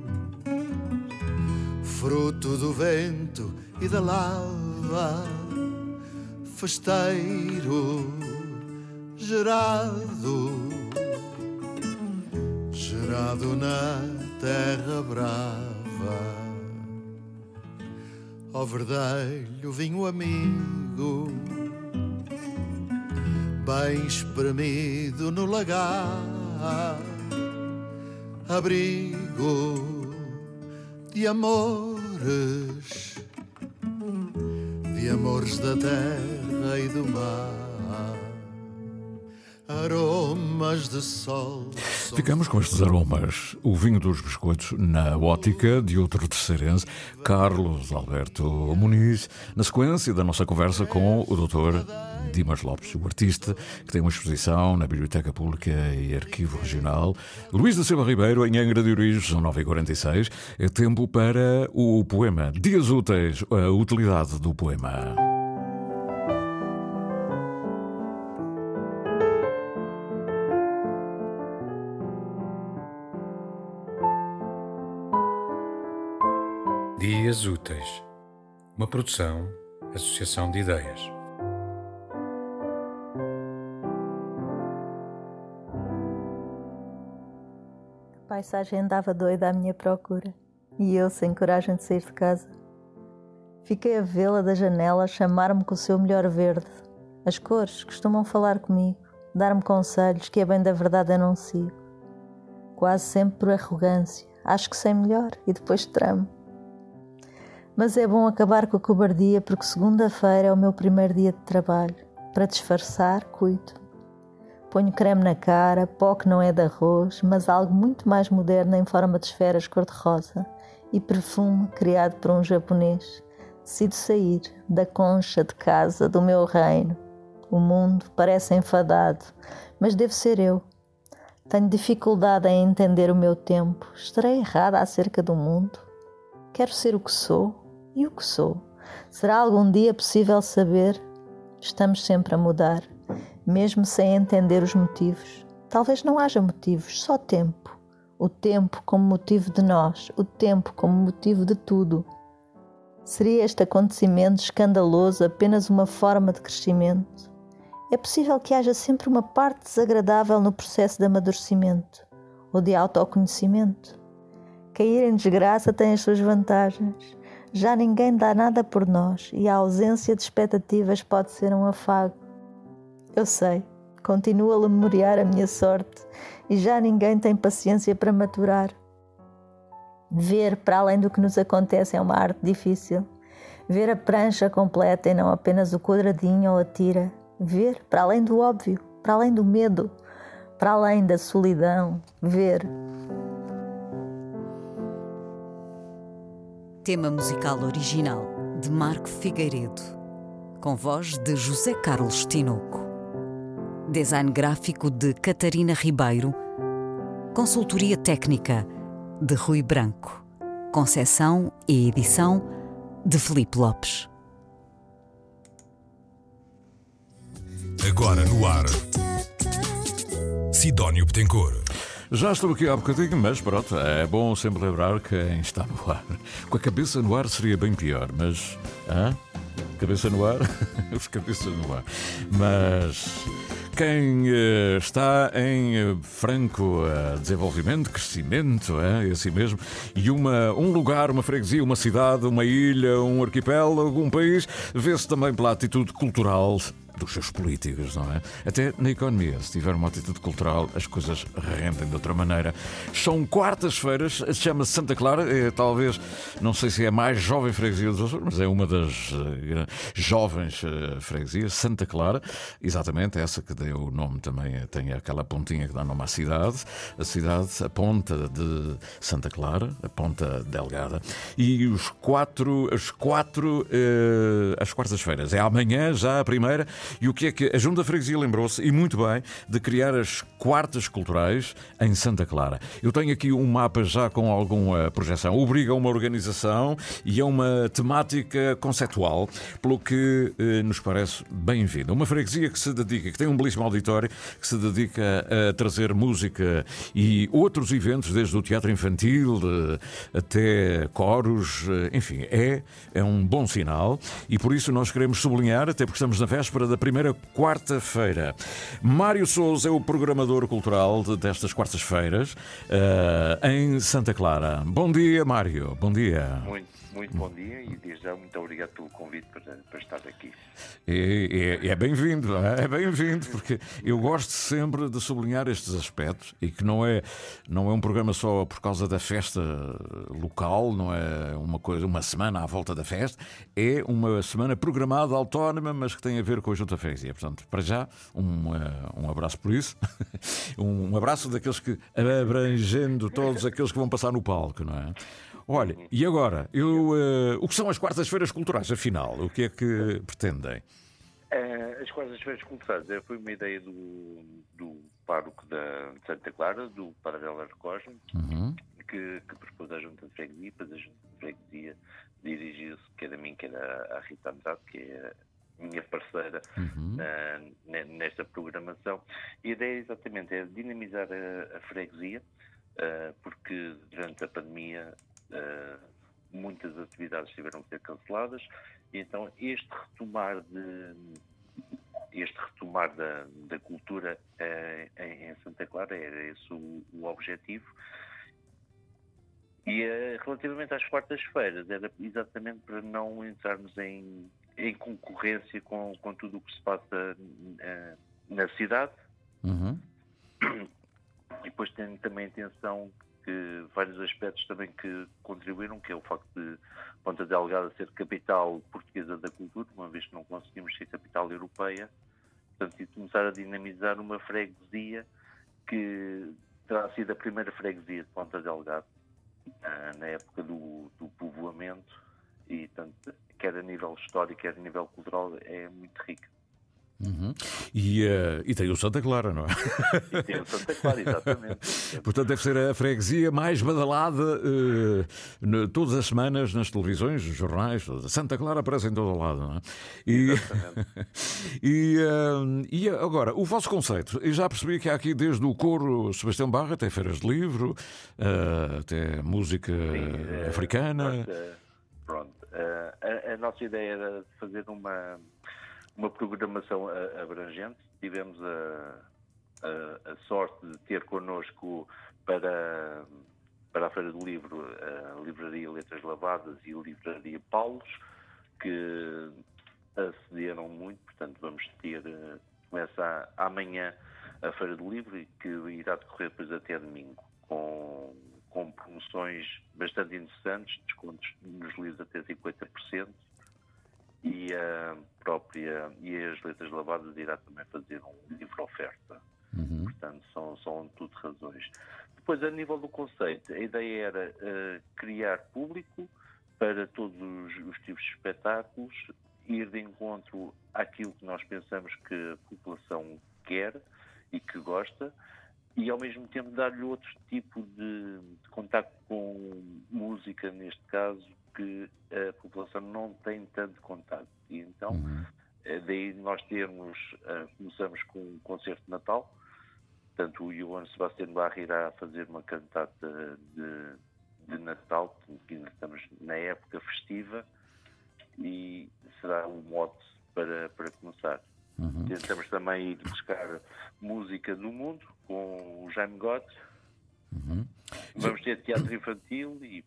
S12: fruto do vento e da lava, festeiro, gerado, gerado na terra brava. Ó verdelho vinho amigo, bem espremido no lagar, abrigo de amores, de amores da terra e do mar, aromas de sol.
S1: Ficamos com estes aromas. O vinho dos biscoitos na ótica de outro terceirense, Carlos Alberto Muniz, na sequência da nossa conversa com o doutor Dimas Lopes, o artista que tem uma exposição na Biblioteca Pública e Arquivo Regional. Luís da Silva Ribeiro, em Angra de Origens, são nove e quarenta e seis. É tempo para o poema Dias Úteis, a utilidade do poema.
S13: Dias Úteis, uma produção, associação de ideias.
S14: A paisagem andava doida à minha procura e eu sem coragem de sair de casa. Fiquei a vê-la da janela, a chamar-me com o seu melhor verde. As cores costumam falar comigo, dar-me conselhos que a bem da verdade eu não sigo. Quase sempre por arrogância, acho que sei melhor e depois tramo. Mas é bom acabar com a cobardia porque segunda-feira é o meu primeiro dia de trabalho. Para disfarçar, cuido. Ponho creme na cara, pó que não é de arroz, mas algo muito mais moderno em forma de esferas cor-de-rosa e perfume criado por um japonês. Decido sair da concha de casa do meu reino. O mundo parece enfadado, mas devo ser eu. Tenho dificuldade em entender o meu tempo. Estarei errada acerca do mundo? Quero ser o que sou. E o que sou? Será algum dia possível saber? Estamos sempre a mudar, mesmo sem entender os motivos. Talvez não haja motivos, só tempo. O tempo como motivo de nós, o tempo como motivo de tudo. Seria este acontecimento escandaloso apenas uma forma de crescimento? É possível que haja sempre uma parte desagradável no processo de amadurecimento ou de autoconhecimento? Cair em desgraça tem as suas vantagens. Já ninguém dá nada por nós e a ausência de expectativas pode ser um afago. Eu sei, continuo a lemuriar a minha sorte e já ninguém tem paciência para maturar. Ver para além do que nos acontece é uma arte difícil. Ver a prancha completa e não apenas o quadradinho ou a tira. Ver para além do óbvio, para além do medo, para além da solidão. Ver.
S7: Tema musical original de Marco Figueiredo, com voz de José Carlos Tinoco. Design gráfico de Catarina Ribeiro. Consultoria técnica de Rui Branco. Conceção e edição de Filipe Lopes.
S15: Agora no ar, Sidónio Betancourt.
S1: Já estou aqui há bocadinho, mas pronto, é bom sempre lembrar que quem está no ar, com a cabeça no ar seria bem pior, mas... Hã? Cabeça no ar? Os cabeças no ar. Mas... Quem uh, está em uh, franco uh, desenvolvimento, crescimento, é assim mesmo, e uma, um lugar, uma freguesia, uma cidade, uma ilha, um arquipélago, um país, vê-se também pela atitude cultural dos seus políticos, não é? Até na economia, se tiver uma atitude cultural, as coisas rendem de outra maneira. São quartas-feiras, chama-se Santa Clara, é talvez, não sei se é a mais jovem freguesia dos Açores, mas é uma das uh, jovens uh, freguesias, Santa Clara, exatamente, essa que deu o nome também, tem aquela pontinha que dá nome à cidade, a cidade, a ponta de Santa Clara, a ponta delgada, e os quatro, as quatro, uh, as quartas-feiras, é amanhã já a primeira. E o que é que a Junta de Freguesia lembrou-se, e muito bem, de criar as quartas culturais em Santa Clara. Eu tenho aqui um mapa já com alguma projeção. Obriga a uma organização e a uma temática conceptual, pelo que eh, nos parece bem-vindo. Uma freguesia que se dedica, que tem um belíssimo auditório, que se dedica a trazer música e outros eventos, desde o teatro infantil eh, até coros, eh, enfim, é, é um bom sinal e por isso nós queremos sublinhar, até porque estamos na véspera da primeira quarta-feira. Mário Sousa é o programador cultural de, destas quartas-feiras uh, em Santa Clara. Bom dia, Mário. Bom dia.
S2: Muito, muito bom dia e desde já muito obrigado pelo convite para, para estar aqui.
S1: É, é, é bem-vindo, é bem-vindo, porque eu gosto sempre de sublinhar estes aspectos e que não é, não é um programa só por causa da festa local, não é uma coisa, uma semana à volta da festa, é uma semana programada, autónoma, mas que tem a ver com a Junta de Freguesia. Portanto, para já, um, um abraço por isso, um abraço daqueles que, abrangendo todos aqueles que vão passar no palco, não é? Olha, e agora, eu, uh, o que são as quartas-feiras culturais, afinal? O que é que pretendem?
S2: Uh, as quartas-feiras culturais foi uma ideia do, do pároco da de Santa Clara, do Padre Helder Cosme, uhum. que, que propôs à Junta de Freguesia, depois a Junta de Freguesia dirigiu-se, quer a mim, quer a, a Rita Andrade, que é a minha parceira uhum. uh, nesta programação. E a ideia exatamente é dinamizar a, a freguesia, uh, porque durante a pandemia Uh, muitas atividades tiveram que ser canceladas e então este retomar de este retomar da, da cultura uh, em, em Santa Clara era esse o, o objetivo e uh, relativamente às quartas-feiras era exatamente para não entrarmos em, em concorrência com, com tudo o que se passa uh, na cidade uhum. E depois tenho também a intenção que vários aspectos também que contribuíram, que é o facto de Ponta Delgada ser capital portuguesa da cultura, uma vez que não conseguimos ser capital europeia, portanto, e começar a dinamizar uma freguesia que terá sido a primeira freguesia de Ponta Delgada, na época do, do povoamento, e tanto, quer a nível histórico, quer a nível cultural, é muito rica.
S1: Uhum. E, uh, e tem o Santa Clara, não é?
S2: E tem o Santa Clara, exatamente.
S1: Portanto, deve ser a freguesia mais badalada uh, no, todas as semanas nas televisões, nos jornais. Santa Clara aparece em todo o lado, não é? E, e, uh, e agora, o vosso conceito, eu já percebi que há aqui desde o coro Sebastião Barra até feiras de livro, uh, até música Sim, africana.
S2: Uh, pronto, uh, a, a nossa ideia era fazer uma. Uma programação abrangente. Tivemos a, a, a sorte de ter connosco para, para a Feira do Livro a Livraria Letras Lavadas e a Livraria Paulos, que acederam muito, portanto vamos ter, começa amanhã a Feira do Livro e que irá decorrer depois até domingo, com, com promoções bastante interessantes, descontos nos livros até cinquenta por cento. E a própria e as Letras Lavadas irá também fazer um livro oferta. Uhum. Portanto, são, são tudo razões. Depois, a nível do conceito, a ideia era uh, criar público, para todos os, os tipos de espetáculos, ir de encontro àquilo que nós pensamos que a população quer e que gosta, e ao mesmo tempo dar-lhe outro tipo de, de contacto com música, neste caso, que a população não tem tanto contacto. E então, uhum. daí nós termos, uh, começamos com um concerto de Natal, portanto o Johann Sebastian Bach irá fazer uma cantata de, de Natal, que ainda estamos na época festiva, e será um mote para, para começar. Uhum. Tentamos também ir buscar música do mundo com o Jaime Gott. Uhum. Vamos ter teatro infantil e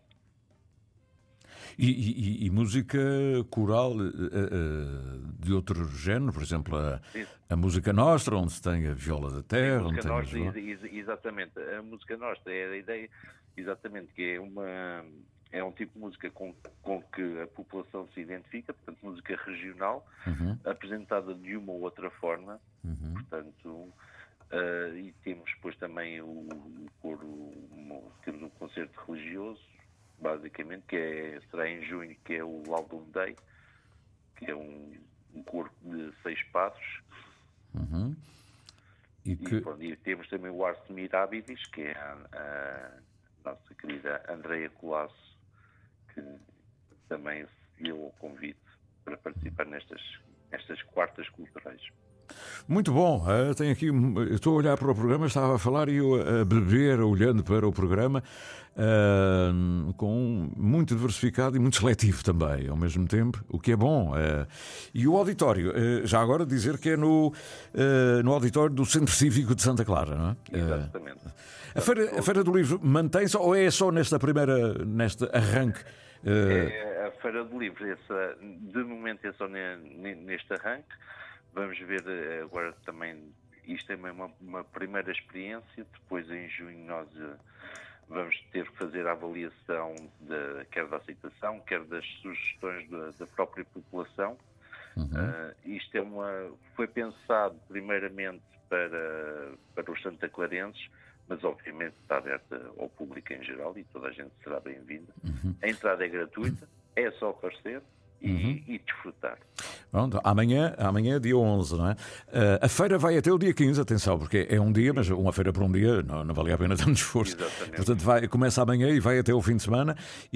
S1: E, e, e música coral uh, uh, de outro género, por exemplo, a, a música nostra, onde se tem a viola da terra.
S2: A música
S1: onde tem
S2: nostra, ex, exatamente. A música nostra é a ideia, exatamente, que é uma é um tipo de música com, com que a população se identifica, portanto, música regional, uhum. apresentada de uma ou outra forma, uhum. portanto, uh, e temos depois também o, o coro, um, temos um concerto religioso, basicamente, que é, será em junho, que é o Album Day, que é um, um coro de seis passos.
S1: Uhum. E, que...
S2: e, bom, e temos também o Ars Mirabilis, que é a, a nossa querida Andreia Colasso, que também se deu o convite para participar nestas, nestas quartas culturais.
S1: Muito bom, uh, tenho aqui, eu estou a olhar para o programa, estava a falar e eu a beber, olhando para o programa, uh, com muito diversificado e muito seletivo também, ao mesmo tempo, o que é bom. Uh, e o auditório, uh, já agora dizer que é no, uh, no auditório do Centro Cívico de Santa Clara, não é?
S2: Exatamente.
S1: Uh, a, feira, a Feira do Livro mantém-se ou é só nesta primeira, neste arranque? Uh...
S2: É, a Feira do Livro, essa, de momento é só neste arranque. Vamos ver agora também, isto é uma, uma primeira experiência, depois em junho nós uh, vamos ter que fazer a avaliação de, quer da aceitação, quer das sugestões da, da própria população. Uhum. Uh, isto é uma, foi pensado primeiramente para, para os santaclarenses, mas obviamente está aberta ao público em geral e toda a gente será bem-vinda. Uhum. A entrada é gratuita, é só aparecer. E, uhum. e desfrutar.
S1: Pronto, amanhã, amanhã é dia onze, não é? Uh, a feira vai até o dia quinze, atenção, porque é um dia, mas uma feira por um dia não, não vale a pena tanto esforço.
S2: Exatamente.
S1: Portanto, vai, começa amanhã e vai até o fim de semana.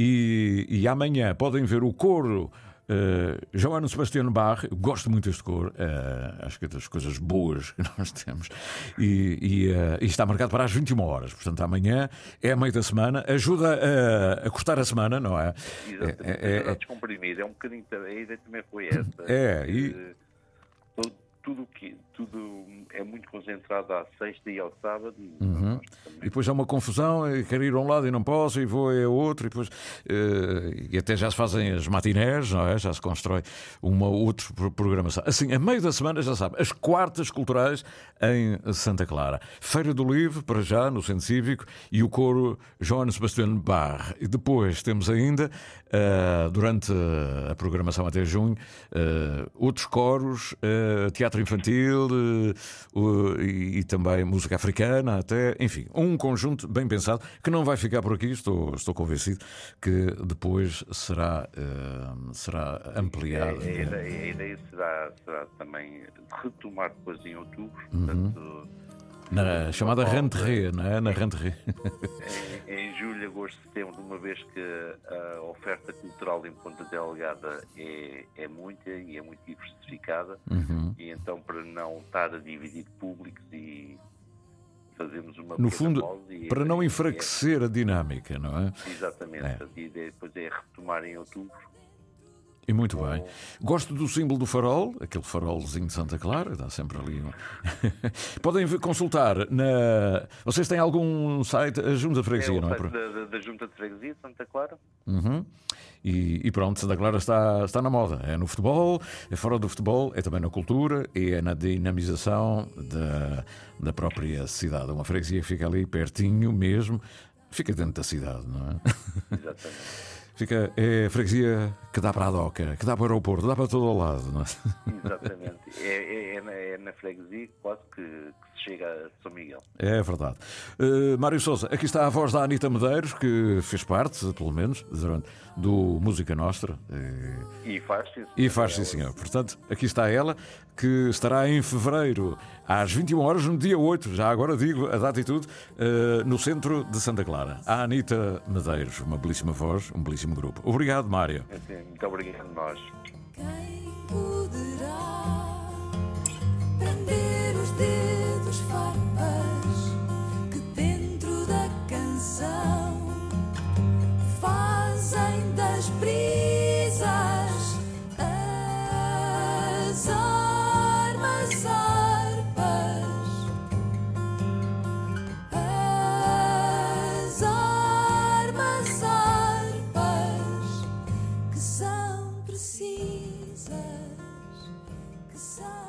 S1: E, e amanhã podem ver o coro Uh, Johann Sebastian Bach. Eu gosto muito deste coro, uh, acho que é das coisas boas que nós temos, e, e, uh, e está marcado para as vinte e uma horas, portanto amanhã é a meio da semana, ajuda a, a cortar a semana, não é?
S2: Exatamente, é, é, é a descomprimir, é um bocadinho, a ideia também foi essa.
S1: É, e...
S2: Todo, tudo, que, tudo é muito concentrado à sexta e ao sábado. E,
S1: uhum. e depois há uma confusão, quero ir a um lado e não posso, e vou a outro, e depois uh, e até já se fazem as matinés, não é? Já se constrói uma outra programação. Assim, a meio da semana, já sabe, as quartas culturais em Santa Clara. Feira do Livro, para já, no Centro Cívico, e o coro Johann Sebastian Bach. E depois temos ainda, uh, durante a programação até junho, uh, outros coros, uh, teatro infantil uh, uh, e, e também música africana, até, enfim, um conjunto bem pensado que não vai ficar por aqui, estou, estou convencido que depois será, uh, será ampliado.
S2: A, a, ideia, a ideia será, será também retomar depois em outubro, uhum. portanto,
S1: na chamada rentrée, não é? Na rentrée.
S2: Em, em julho, agosto, setembro, uma vez que a oferta cultural em Ponta Delgada é, é muita e é muito diversificada, uhum. e então para não estar a dividir públicos e fazermos uma
S1: no fundo,
S2: e
S1: para é, não enfraquecer é, a dinâmica, não é?
S2: Exatamente, é. A ideia depois é retomar em outubro.
S1: E muito bem. Gosto do símbolo do farol, aquele farolzinho de Santa Clara, está sempre ali. Podem consultar na... Vocês têm algum site? A Junta de Freguesia,
S2: é
S1: não é?
S2: Da, da, da Junta de Freguesia de Santa Clara.
S1: Uhum. E, e pronto, Santa Clara está, está na moda. É no futebol, é fora do futebol, é também na cultura e é na dinamização da, da própria cidade. Uma freguesia que fica ali pertinho mesmo, fica dentro da cidade, não é?
S2: Exatamente.
S1: Fica, é a freguesia que dá para a Doca, que dá para o aeroporto, dá para todo o lado, não é?
S2: Exatamente. É, é, é, na, é na freguesia quase que, que se chega a São Miguel.
S1: É verdade. Uh, Mário Sousa, aqui está a voz da Anita Medeiros, que fez parte, pelo menos, durante, do Música Nostra. Uh,
S2: e faz sim,
S1: E faz sim, senhor. Portanto, aqui está ela, que estará em fevereiro, às vinte e uma horas, no dia oito, já agora digo a data e tudo, uh, no centro de Santa Clara. A Anita Medeiros, uma belíssima voz, um belíssimo grupo. Obrigado, Mário.
S2: Sim, muito obrigado a nós.
S3: Quem poderá prender os dedos farpas que dentro da canção fazem das brisas as armas harpas, as armas harpas que são precisas, que são